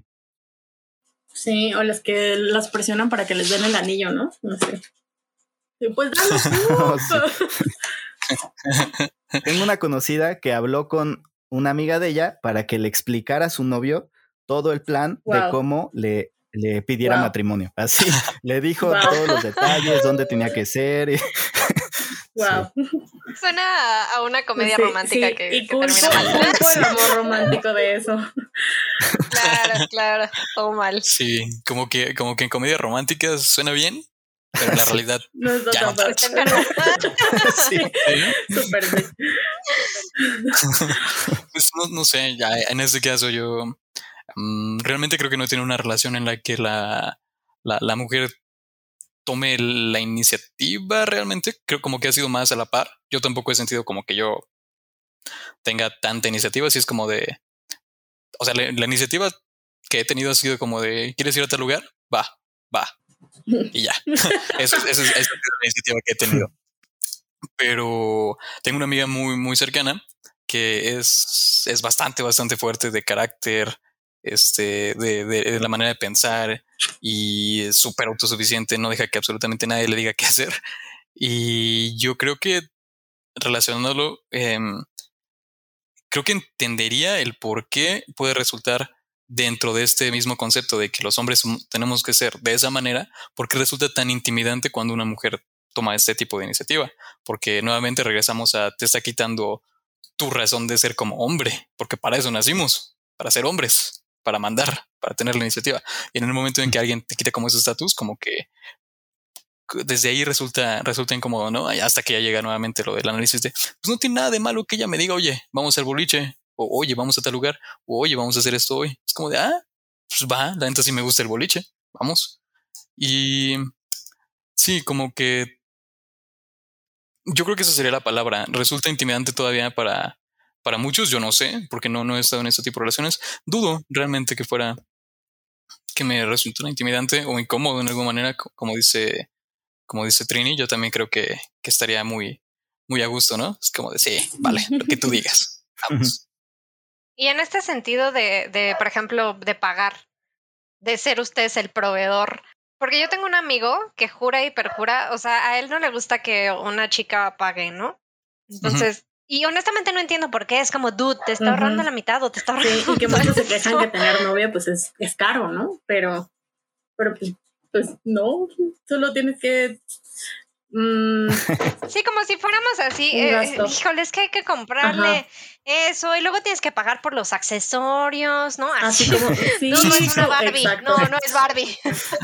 Sí, o las que las presionan para que les den el anillo, ¿no? No sé. Sí, pues dale Oh, tú. sí. Tengo una conocida que habló con una amiga de ella para que le explicara a su novio todo el plan de Wow. cómo le, le pidiera Wow. matrimonio. Así, le dijo Wow. todos los detalles, dónde tenía que ser. y- Wow. Suena a, a una comedia Sí, romántica sí, que, y que culpo, termina mal. culpo el amor romántico de eso. Claro, claro, todo mal. Sí, como que, como que en comedias románticas suena bien, pero en la Sí. realidad No está ya no tan tanto. fácil. Sí. Sí. Súper sí. Pues no, no sé, ya en este caso yo mm, realmente creo que no tiene una relación en la que la, la, la mujer tome la iniciativa realmente. Creo como que ha sido más a la par. Yo tampoco he sentido como que yo tenga tanta iniciativa, así es como de, o sea, la, la iniciativa que he tenido ha sido como de, ¿quieres ir a tal lugar? Va, va. Y ya. Eso es, eso es, esa es la iniciativa que he tenido. Pero tengo una amiga muy, muy cercana que es, es bastante, bastante fuerte de carácter, este, de, de, de la manera de pensar y es súper autosuficiente, no deja que absolutamente nadie le diga qué hacer. Y yo creo que relacionándolo, eh, creo que entendería el por qué puede resultar dentro de este mismo concepto de que los hombres tenemos que ser de esa manera, porque resulta tan intimidante cuando una mujer toma este tipo de iniciativa, porque nuevamente regresamos a te está quitando tu razón de ser como hombre, porque para eso nacimos. para ser hombres, para mandar, para tener la iniciativa. Y en el momento en que alguien te quita como ese estatus, como que desde ahí resulta, resulta incómodo, ¿no? Hasta que ya llega nuevamente lo del análisis de, pues no tiene nada de malo que ella me diga, oye, vamos al boliche, o oye, vamos a tal lugar, o oye, vamos a hacer esto hoy. Es como de, ah, pues va, la neta sí me gusta el boliche, vamos. Y sí, como que yo creo que esa sería la palabra. Resulta intimidante todavía para, para muchos, yo no sé, porque no, no he estado en este tipo de relaciones. Dudo realmente que fuera, que me resultara intimidante o incómodo en alguna manera, como dice, como dice Trini. Yo también creo que, que estaría muy, muy a gusto, ¿no? Es como de, sí, vale, lo que tú digas, vamos. Y en este sentido de, de, por ejemplo, de pagar, de ser ustedes el proveedor, porque yo tengo un amigo que jura y perjura, o sea, a él no le gusta que una chica pague, ¿no? Entonces, uh-huh. Y honestamente no entiendo por qué, es como, dude, te está uh-huh. ahorrando la mitad o te está ahorrando. Sí, y que muchos se quejan que tener novia pues es, es caro, ¿no? Pero, pero pues, pues no, solo tienes que... Mm, sí, como si fuéramos así, eh, híjole, es que hay que comprarle Ajá. eso y luego tienes que pagar por los accesorios, ¿no? Así, así como, sí, no, no es una Barbie, exacto. no, no es Barbie.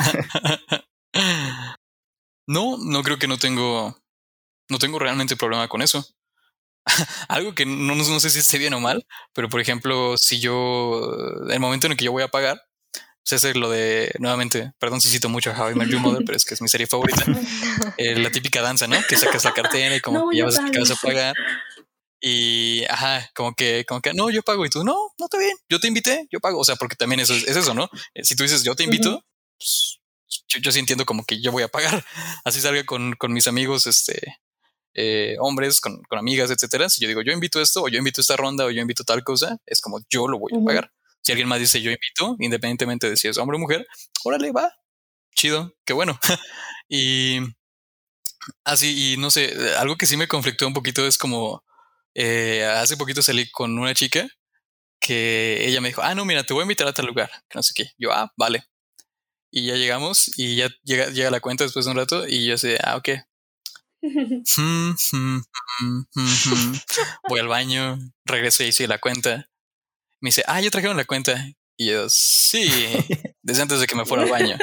No, no creo que no tengo, no tengo realmente problema con eso. Algo que no, no sé si esté bien o mal, pero por ejemplo, si yo, el momento en el que yo voy a pagar, se hace lo de, nuevamente, perdón si cito mucho a How I Met Your Mother, pero es que es mi serie favorita. Eh, la típica danza, ¿no? Que sacas la cartera y como no, que ya vas a, que vas a pagar. Y, ajá, como que, como que, no, yo pago. Y tú, no, no está bien, yo te invité, yo pago. O sea, porque también eso es, es eso, ¿no? Eh, si tú dices, yo te invito, uh-huh. pues, yo, yo sí entiendo como que yo voy a pagar. Así salga con, con mis amigos, este, eh, hombres, con, con amigas, etcétera. Si yo digo, yo invito esto, o yo invito esta ronda, o yo invito tal cosa, es como yo lo voy uh-huh. a pagar. Si alguien más dice yo invito, independientemente de si es hombre o mujer, órale, va, chido, qué bueno. Y así, y no sé, algo que sí me conflictó un poquito es como, eh, hace poquito salí con una chica que ella me dijo, ah, no, mira, te voy a invitar a tal lugar, que no sé qué. Yo, ah, vale. Y ya llegamos y ya llega, llega la cuenta después de un rato y yo sé, ah, ok. mm, mm, mm, mm, mm. Voy al baño, regreso y hice la cuenta. Me dice, ah, ya trajeron la cuenta. Y yo, sí, desde antes de que me fuera al baño.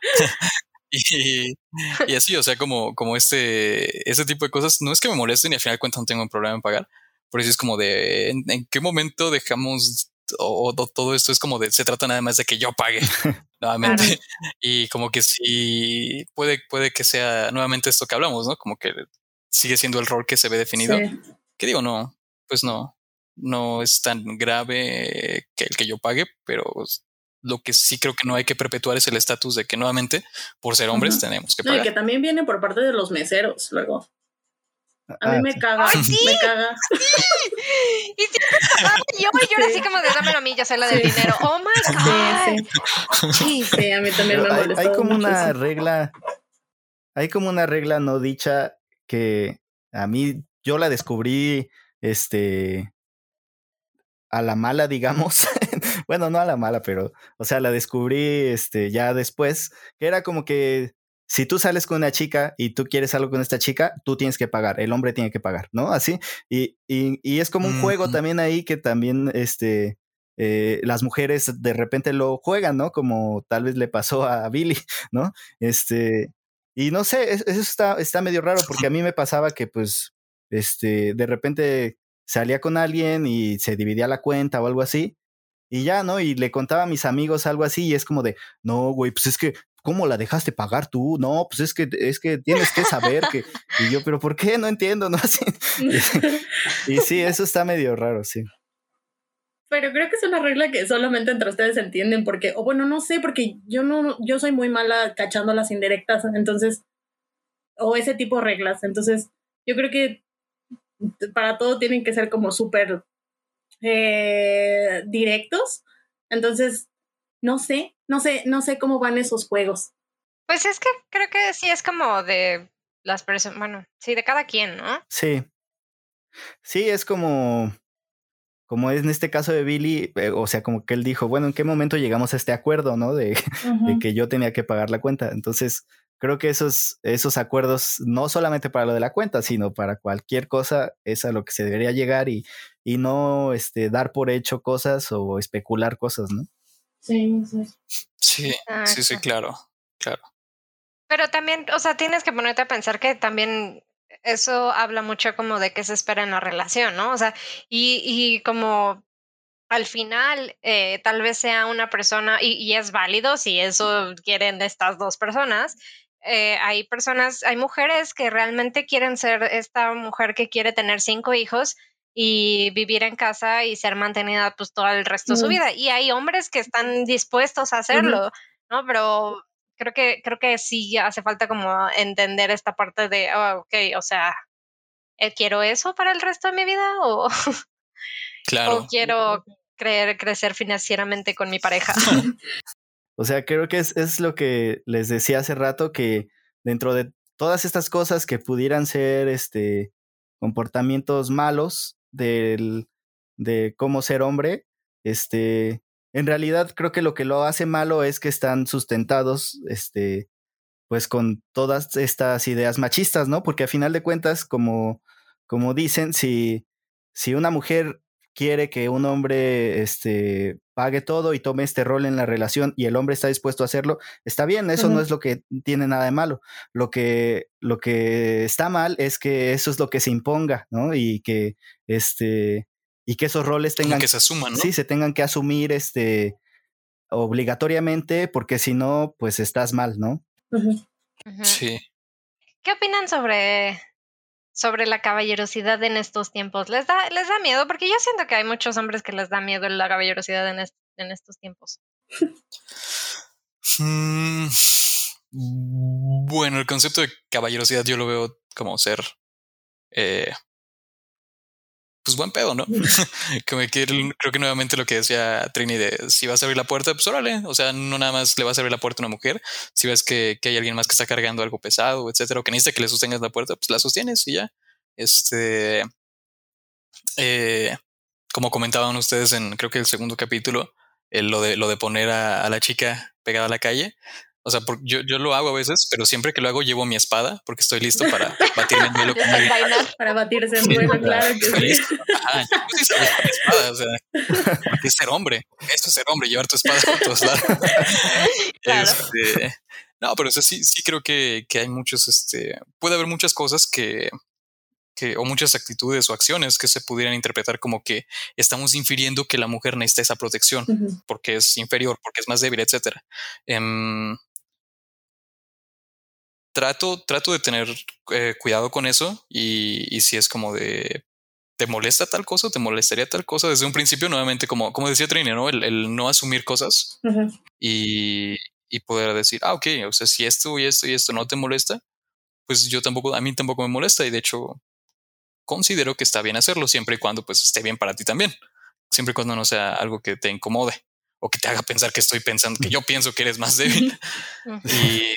y, y así, o sea, como, como este, este tipo de cosas, no es que me molesten y al final de cuentas no tengo un problema en pagar. Por eso es como de, ¿en, en qué momento dejamos o, o todo esto? Es como de, se trata nada más de que yo pague nuevamente. Claro. Y como que sí, puede, puede que sea nuevamente esto que hablamos, ¿no? Como que sigue siendo el rol que se ve definido. Sí. Que digo, no, pues no. No es tan grave que el que yo pague, pero lo que sí creo que no hay que perpetuar es el estatus de que nuevamente, por ser hombres, uh-huh. tenemos que pagar. No, y que también viene por parte de los meseros, luego. A ah, mí me caga, ¡ay, sí! me caga. Sí. Y siempre pagaba yo, y yo era así como de dámelo a mí, yo soy la del sí. dinero. ¡Oh, my God! Sí, sí. sí, sí a mí también pero me molestó. Hay, hay como mucho una eso. regla, hay como una regla no dicha que a mí, yo la descubrí, este... a la mala, digamos. Bueno, no a la mala, pero, o sea, la descubrí este, ya después, que era como que si tú sales con una chica y tú quieres algo con esta chica, tú tienes que pagar, el hombre tiene que pagar, ¿no? Así, y, y, y es como un mm-hmm. juego también ahí que también, este, eh, las mujeres de repente lo juegan, ¿no? Como tal vez le pasó a Billy, ¿no? Este, y no sé, eso está, está medio raro porque a mí me pasaba que, pues, este, de repente salía con alguien y se dividía la cuenta o algo así, y ya, ¿no? Y le contaba a mis amigos algo así, y es como de, no, güey, pues es que, ¿cómo la dejaste pagar tú? No, pues es que, es que tienes que saber que, y yo, ¿pero por qué? No entiendo, ¿no? Así, y, y sí, eso está medio raro, sí. Pero creo que es una regla que solamente entre ustedes entienden, porque, o bueno, no sé, porque yo no, yo soy muy mala cachando las indirectas, entonces, o ese tipo de reglas, entonces, yo creo que para todo tienen que ser como súper eh, directos. Entonces, no sé, no sé, no sé cómo van esos juegos. Pues es que creo que sí es como de las personas, bueno, sí, de cada quien, ¿no? Sí. Sí, es como, como es en este caso de Billy, eh, o sea, como que él dijo, bueno, ¿en qué momento llegamos a este acuerdo, no? De, uh-huh. de que yo tenía que pagar la cuenta. Entonces, creo que esos, esos acuerdos, no solamente para lo de la cuenta, sino para cualquier cosa, es a lo que se debería llegar y, y no este, dar por hecho cosas o especular cosas, ¿no? Sí, sí. Sí, Ah, sí, sí, claro. claro, claro. Pero también, o sea, tienes que ponerte a pensar que también eso habla mucho como de qué se espera en la relación, ¿no? O sea, y, y como al final eh, tal vez sea una persona, y, y es válido si eso quieren estas dos personas. Eh, hay personas, hay mujeres que realmente quieren ser esta mujer que quiere tener cinco hijos y vivir en casa y ser mantenida pues todo el resto de su Mm. vida. Y hay hombres que están dispuestos a hacerlo, ¿no? Pero creo que, creo que sí hace falta como entender esta parte de, oh, ok, o sea, eh, ¿quiero eso para el resto de mi vida? ¿O, o Claro. quiero creer, crecer financieramente con mi pareja? O sea, creo que es, es lo que les decía hace rato, que dentro de todas estas cosas que pudieran ser este, comportamientos malos del, de cómo ser hombre, este, en realidad creo que lo que lo hace malo es que están sustentados este, pues con todas estas ideas machistas, ¿no? Porque a final de cuentas, como, como dicen, si, si una mujer quiere que un hombre este, pague todo y tome este rol en la relación y el hombre está dispuesto a hacerlo, está bien, eso uh-huh. no es lo que tiene nada de malo. Lo que, lo que está mal es que eso es lo que se imponga, ¿no? Y que, este, y que esos roles tengan... Como que se asuman, ¿no? Sí, se tengan que asumir este, obligatoriamente, porque si no, pues estás mal, ¿no? Uh-huh. Uh-huh. Sí. ¿Qué opinan sobre, sobre la caballerosidad en estos tiempos? ¿Les da, les da miedo? Porque yo siento que hay muchos hombres que les da miedo la caballerosidad en, est- en estos tiempos. Mm, bueno, el concepto de caballerosidad yo lo veo como ser eh, pues buen pedo, ¿no? Como que creo que nuevamente lo que decía Trini de si vas a abrir la puerta, pues órale, o sea, no nada más le vas a abrir la puerta a una mujer, si ves que, que hay alguien más que está cargando algo pesado, etcétera, o que necesita que le sostengas la puerta, pues la sostienes y ya. Este, eh, como comentaban ustedes en creo que el segundo capítulo, el, lo de lo de poner a, a la chica pegada a la calle. O sea, por, yo, yo lo hago a veces, pero siempre que lo hago llevo mi espada porque estoy listo para batirme en duelo. Para batirse en duelo, claro que sí. Listo. Ajá, yo sí sabes mi espada, o sea, porque es ser hombre. Esto es ser hombre, llevar tu espada a todos lados. Claro. Este, no, pero o sea, sí, sí creo que, que hay muchos, este, puede haber muchas cosas que, que, o muchas actitudes o acciones que se pudieran interpretar como que estamos infiriendo que la mujer necesita esa protección uh-huh. porque es inferior, porque es más débil, etcétera. Um, Trato, trato de tener eh, cuidado con eso y, y si es como de ¿te molesta tal cosa? ¿Te molestaría tal cosa? Desde un principio, nuevamente, como, como decía Trini, ¿no? El, el no asumir cosas uh-huh. y, y poder decir, ah, ok, o sea, si esto y esto y esto no te molesta, pues yo tampoco, a mí tampoco me molesta y de hecho considero que está bien hacerlo siempre y cuando pues esté bien para ti también, siempre y cuando no sea algo que te incomode o que te haga pensar que estoy pensando, que yo pienso que eres más débil. Y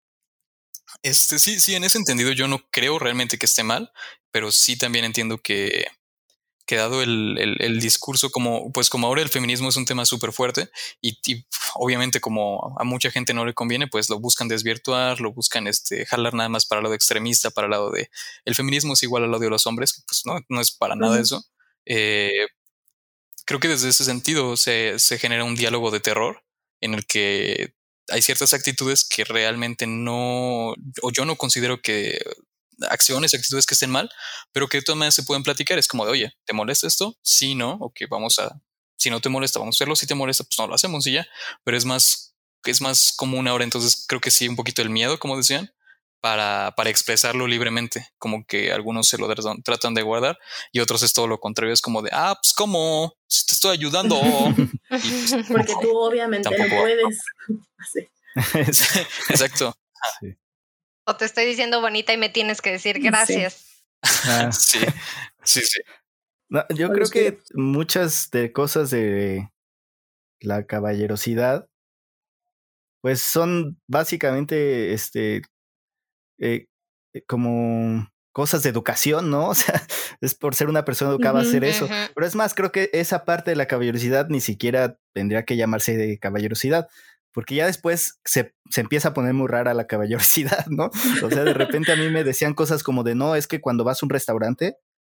Este, sí, sí, en ese entendido yo no creo realmente que esté mal, pero sí también entiendo que, que dado el, el, el discurso, como pues como ahora el feminismo es un tema súper fuerte y, y obviamente como a mucha gente no le conviene, pues lo buscan desvirtuar, lo buscan este, jalar nada más para el lado extremista, para el lado de el feminismo es igual al lado de los hombres, que pues no, no es para uh-huh. nada eso. Eh, creo que desde ese sentido se, se genera un diálogo de terror en el que hay ciertas actitudes que realmente no, o yo no considero que acciones, actitudes que estén mal, pero que de todas maneras se pueden platicar. Es como de, oye, ¿te molesta esto? Sí, no, ok, vamos a, si no te molesta, vamos a hacerlo. Si te molesta, pues no lo hacemos y ya. Pero es más, es más común ahora, entonces creo que sí, un poquito el miedo, como decían, para, para expresarlo libremente, como que algunos se lo tratan de guardar y otros es todo lo contrario, es como de, ah, pues ¿cómo? Si te estoy ayudando. Y pues, porque tú obviamente no puedes. Sí. Exacto. Sí. O te estoy diciendo bonita y me tienes que decir gracias. Sí, ah. sí, sí, sí. No, yo creo que muchas de cosas de la caballerosidad, pues son básicamente, este, eh, como cosas de educación, ¿no? O sea, es por ser una persona educada uh-huh, hacer eso. Uh-huh. Pero es más, creo que esa parte de la caballerosidad ni siquiera tendría que llamarse de caballerosidad, porque ya después se, se empieza a poner muy rara la caballerosidad, ¿no? O sea, de repente a mí me decían cosas como de, no, es que cuando vas a un restaurante,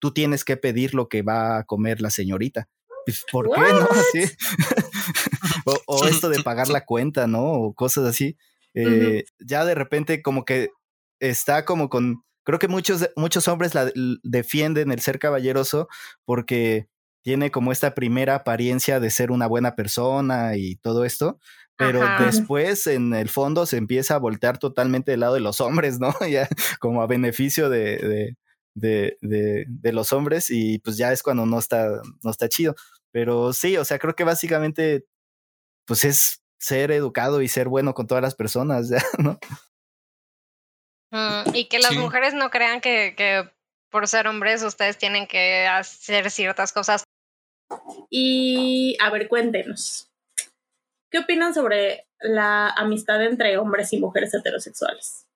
tú tienes que pedir lo que va a comer la señorita. ¿Por What? qué no? Así. o, o esto de pagar la cuenta, ¿no? O cosas así. Eh, uh-huh. Ya de repente como que está como con... Creo que muchos, muchos hombres la, defienden el ser caballeroso porque tiene como esta primera apariencia de ser una buena persona y todo esto, pero Ajá. después en el fondo se empieza a voltear totalmente del lado de los hombres, ¿no? Ya como a beneficio de, de, de, de, de los hombres, y pues ya es cuando no está, no está chido. Pero sí, o sea, creo que básicamente pues es ser educado y ser bueno con todas las personas, ¿ya? ¿No? Mm, y que las sí. mujeres no crean que, que por ser hombres ustedes tienen que hacer ciertas cosas. Y a ver, cuéntenos, ¿qué opinan sobre la amistad entre hombres y mujeres heterosexuales?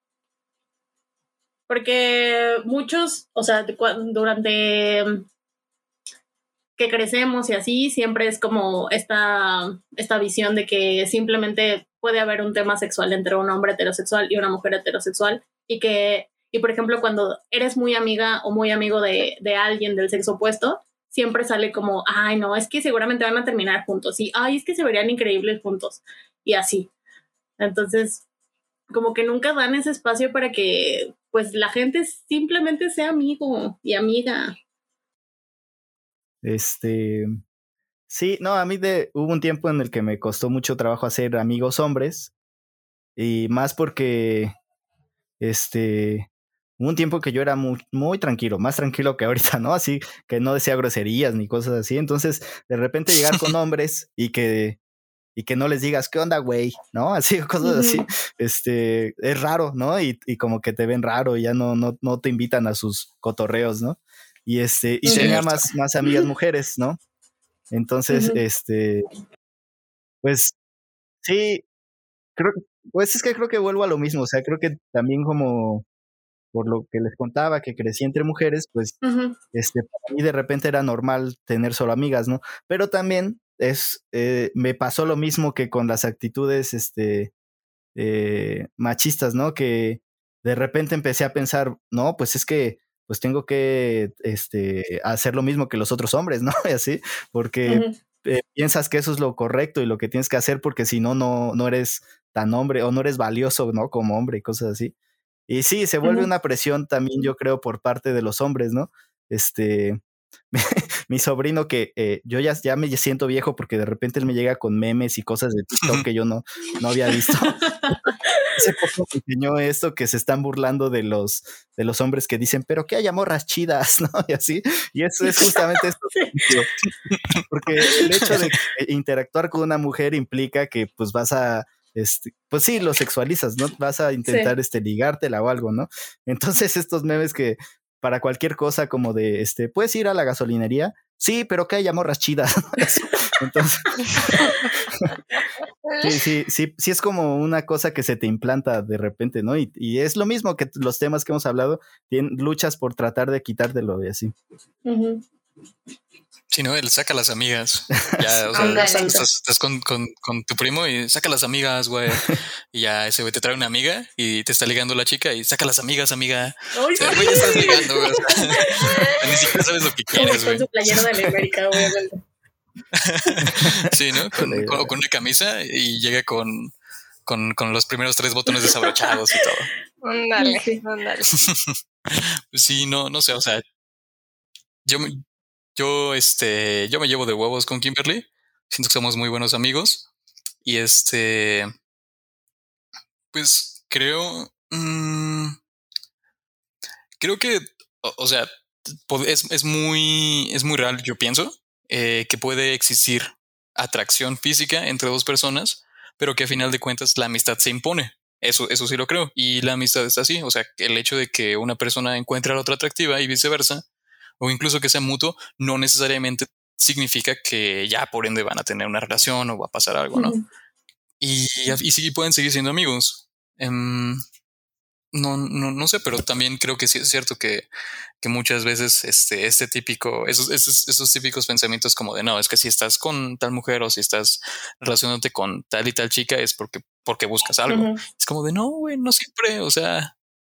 Porque muchos, o sea, durante que crecemos y así, siempre es como esta, esta visión de que simplemente puede haber un tema sexual entre un hombre heterosexual y una mujer heterosexual, y que, y por ejemplo, cuando eres muy amiga o muy amigo de, de alguien del sexo opuesto, siempre sale como, ay, no, es que seguramente van a terminar juntos, y ay, es que se verían increíbles juntos, y así. Entonces, como que nunca dan ese espacio para que, pues, la gente simplemente sea amigo y amiga. Este... Sí, no, a mí de, hubo un tiempo en el que me costó mucho trabajo hacer amigos hombres, y más porque, este... Hubo un tiempo que yo era muy, muy tranquilo, más tranquilo que ahorita, ¿no? Así que no decía groserías ni cosas así. Entonces, de repente llegar con hombres y que, y que no les digas, ¿qué onda, güey? ¿No? Así, cosas uh-huh. así. Este, es raro, ¿no? Y, y como que te ven raro y ya no, no, no te invitan a sus cotorreos, ¿no? Y este, y tenía más, más amigas mujeres, ¿no? Entonces, uh-huh. este, pues, sí, creo, pues es que creo que vuelvo a lo mismo. O sea, creo que también como... por lo que les contaba, que crecí entre mujeres, pues uh-huh. este, para mí de repente era normal tener solo amigas, ¿no? Pero también es, eh, me pasó lo mismo que con las actitudes este, eh, machistas, ¿no? Que de repente empecé a pensar, no, pues es que pues tengo que este, hacer lo mismo que los otros hombres, ¿no? Y así, porque uh-huh. eh, piensas que eso es lo correcto y lo que tienes que hacer, porque si no, no, no eres tan hombre o no eres valioso, ¿no? Como hombre y cosas así. Y sí, se vuelve uh-huh. una presión también, yo creo, por parte de los hombres, ¿no? Este, mi sobrino que eh, yo ya, ya me siento viejo porque de repente él me llega con memes y cosas de TikTok que yo no, no había visto. Hace poco me enseñó esto, que se están burlando de los, de los hombres que dicen, pero que haya morras chidas, ¿no? Y así, y eso es justamente esto. Porque el hecho de interactuar con una mujer implica que pues vas a... Este, pues sí, lo sexualizas, ¿no? Vas a intentar sí. este, ligártela o algo, ¿no? Entonces estos memes que para cualquier cosa como de, este, ¿puedes ir a la gasolinería? Sí, pero que haya morras chidas. Entonces, sí, sí, sí, sí es como una cosa que se te implanta de repente, ¿no? Y, y es lo mismo que los temas que hemos hablado, tienen luchas por tratar de quitártelo y así. Uh-huh. Sí, ¿no? Él saca a las amigas. Ya, o sea, estás, estás, estás con, con, con tu primo y saca a las amigas, güey. Y ya ese güey te trae una amiga y te está ligando la chica y saca a las amigas, amiga. O sea, güey, ya estás ligando, güey. O sea, ni siquiera sabes lo que quieres, güey. Con su playera de la América, obviamente. Sí, ¿no? Con, con, con una camisa y llega con, con, con los primeros tres botones desabrochados y todo. Ándale, sí, ándale. Sí, no, no sé, o sea, yo me... Yo, este, yo me llevo de huevos con Kimberly. Siento que somos muy buenos amigos. Y este, pues creo, mmm, creo que, o, o sea, es, es muy, es muy real, yo pienso, eh, que puede existir atracción física entre dos personas, pero que a final de cuentas la amistad se impone. Eso, eso sí lo creo. Y la amistad es así. O sea, el hecho de que una persona encuentre a la otra atractiva y viceversa, o incluso que sea mutuo, no necesariamente significa que ya por ende van a tener una relación o va a pasar algo, ¿no? Uh-huh. Y, y sí pueden seguir siendo amigos. Um, no, no, no sé, pero también creo que sí es cierto que, que muchas veces este, este típico, esos, esos, esos típicos pensamientos como de no, es que si estás con tal mujer o si estás relacionándote con tal y tal chica es porque, porque buscas algo. Uh-huh. Es como de no, güey, no siempre, o sea,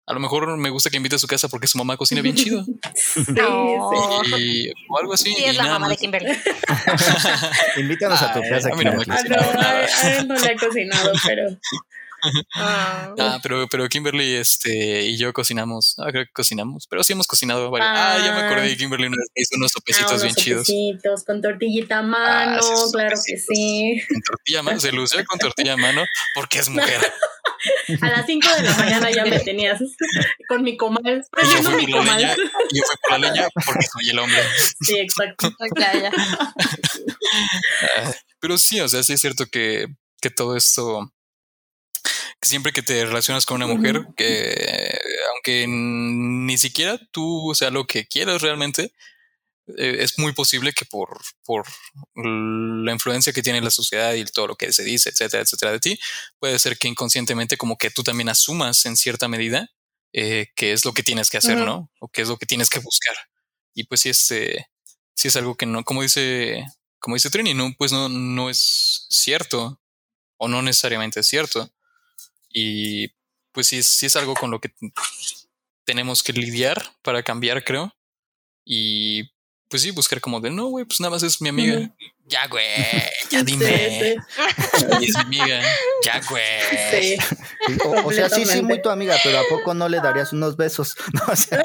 A lo mejor me gusta que invite a su casa porque su mamá cocina bien chido. Sí, No. sí. Y, o algo así. Sí, y es la nada mamá de más. Kimberly. Invítanos a tu Ay, casa. a mí no me Kimberly. Ah, no, a, a él no le ha cocinado, pero Ah. Ah, pero, pero Kimberly este, y yo cocinamos. Ah, creo que cocinamos. Pero sí hemos cocinado varios. Ah, ya me acordé de Kimberly una vez que hizo unos ah, sopecitos unos bien chidos. sopecitos con tortillita a mano, Ah, sí, esos claro que sopecitos. sí. Con tortilla a mano. Se lució con tortilla a mano porque es mujer. A las cinco de la mañana ya me tenías con mi comal, Y yo haciendo fui mi por la comal. leña. Y yo fui por la leña porque soy el hombre. Sí, exacto. Ya, ya. Ah, pero sí, o sea, sí es cierto que, que todo esto, que siempre que te relacionas con una mujer, Ujú. que aunque n- ni siquiera tú sea lo que quieras realmente, eh, es muy posible que por, por la influencia que tiene la sociedad y todo lo que se dice, etcétera, etcétera de ti, puede ser que inconscientemente como que tú también asumas en cierta medida eh, qué es lo que tienes que hacer, Ujú. ¿no? O qué es lo que tienes que buscar. Y pues sí, este, sí es algo que no, como dice, como dice Trini, no, pues no, no es cierto o no necesariamente es cierto. Y pues sí, es- sí es algo con lo que t- tenemos que lidiar para cambiar, creo. Y pues sí, buscar como de, no, güey, pues nada más es mi amiga. Ujú. Ya, güey, ya Sí, dime. sí, Y es mi amiga. Ya, güey. sí. Sí, O, o sea, sí, sí, Completamente. muy tu amiga, pero ¿a poco no le darías unos besos? No, o sea,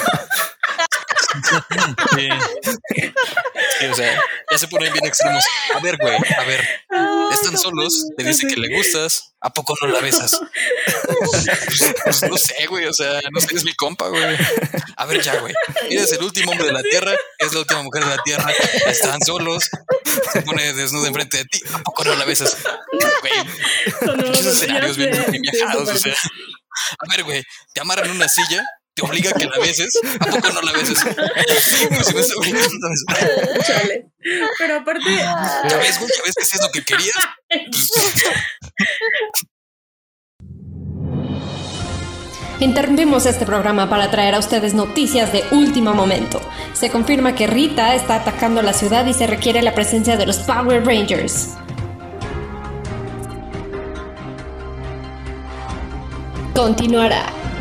Sí. Sí, o sea, ya se ponen bien extremos. A ver, güey, a ver, Ay, están no solos, te puede dice ser. que le gustas, ¿a poco no la besas? Pues, pues, no sé, güey, o sea, no sé, es mi compa, güey. A ver, ya, güey, eres el último hombre de la tierra, es la última mujer de la tierra, están solos, se pone desnuda enfrente de ti, ¿a poco no la besas? Güey, Sonó- esos ya escenarios bien, sé, bien sí, viajados, o súper. sea. A ver, güey, te amarran en una silla, te obliga a que la beses, ¿a poco no la beses? Pues si me está obligando a besar. Chale. Pero aparte, Ya ves, güey, ya ves que sí es lo que querías. Interrumpimos este programa para traer a ustedes noticias de último momento. Se confirma que Rita está atacando la ciudad y se requiere la presencia de los Power Rangers. Continuará.